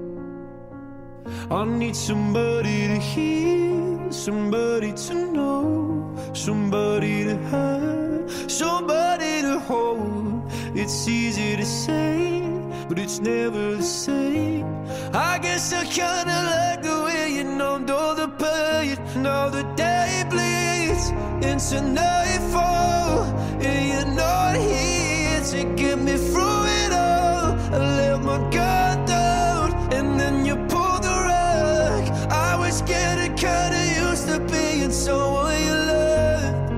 I need somebody to hear, somebody to know, somebody to have, somebody to hold. It's easy to say, but it's never the same. I guess I kinda like the way you numbed all the pain. Now the day bleeds into nightfall, and you're not here to get me through it all. I let my guard down, and then you pulled the rug. I was getting kinda used to being someone you loved.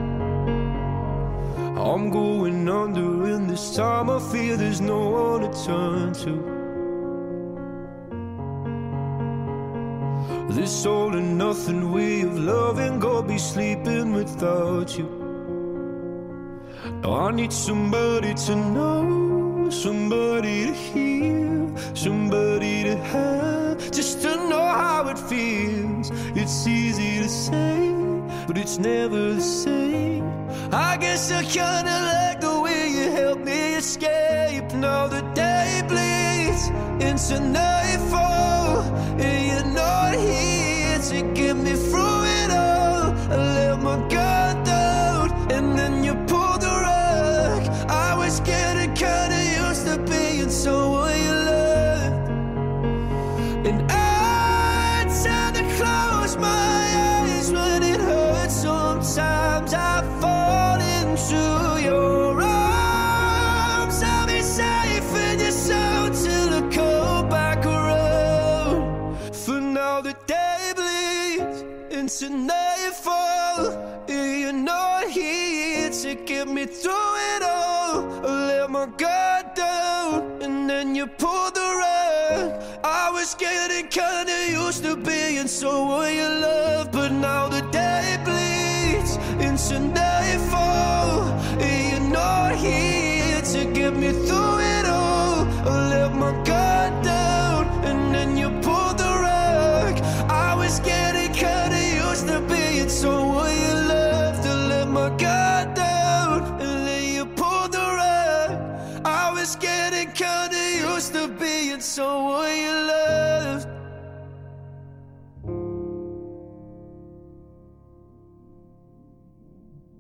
I'm going under, and this time I feel there's no one to turn to. This all and nothing way of loving, go be sleeping without you. Now I need somebody to know, somebody to hear, somebody to have, just to know how it feels. It's easy to say, but it's never the same. I guess I kinda like the way you help me escape. Now the day bleeds into nightfall, and you're not here to get me through it all. I let my guard down, and then you pulled the rug. I was getting kinda used to being someone you loved, and I tend to close my eyes when it hurts. Sometimes I fall into your arms. I'll be safe in your soul till I come back around. For into nightfall. You're not here to get me through it all. I let my guard down and then you pulled the rug. I was getting kinda used to being someone you love, but now the day bleeds into nightfall. You're not here to get me through it all. I let my guard down and then you pulled the rug. I was getting kinda used to being someone you love. To let my guard down and then you pulled the rug. I was getting kinda used to being someone you love.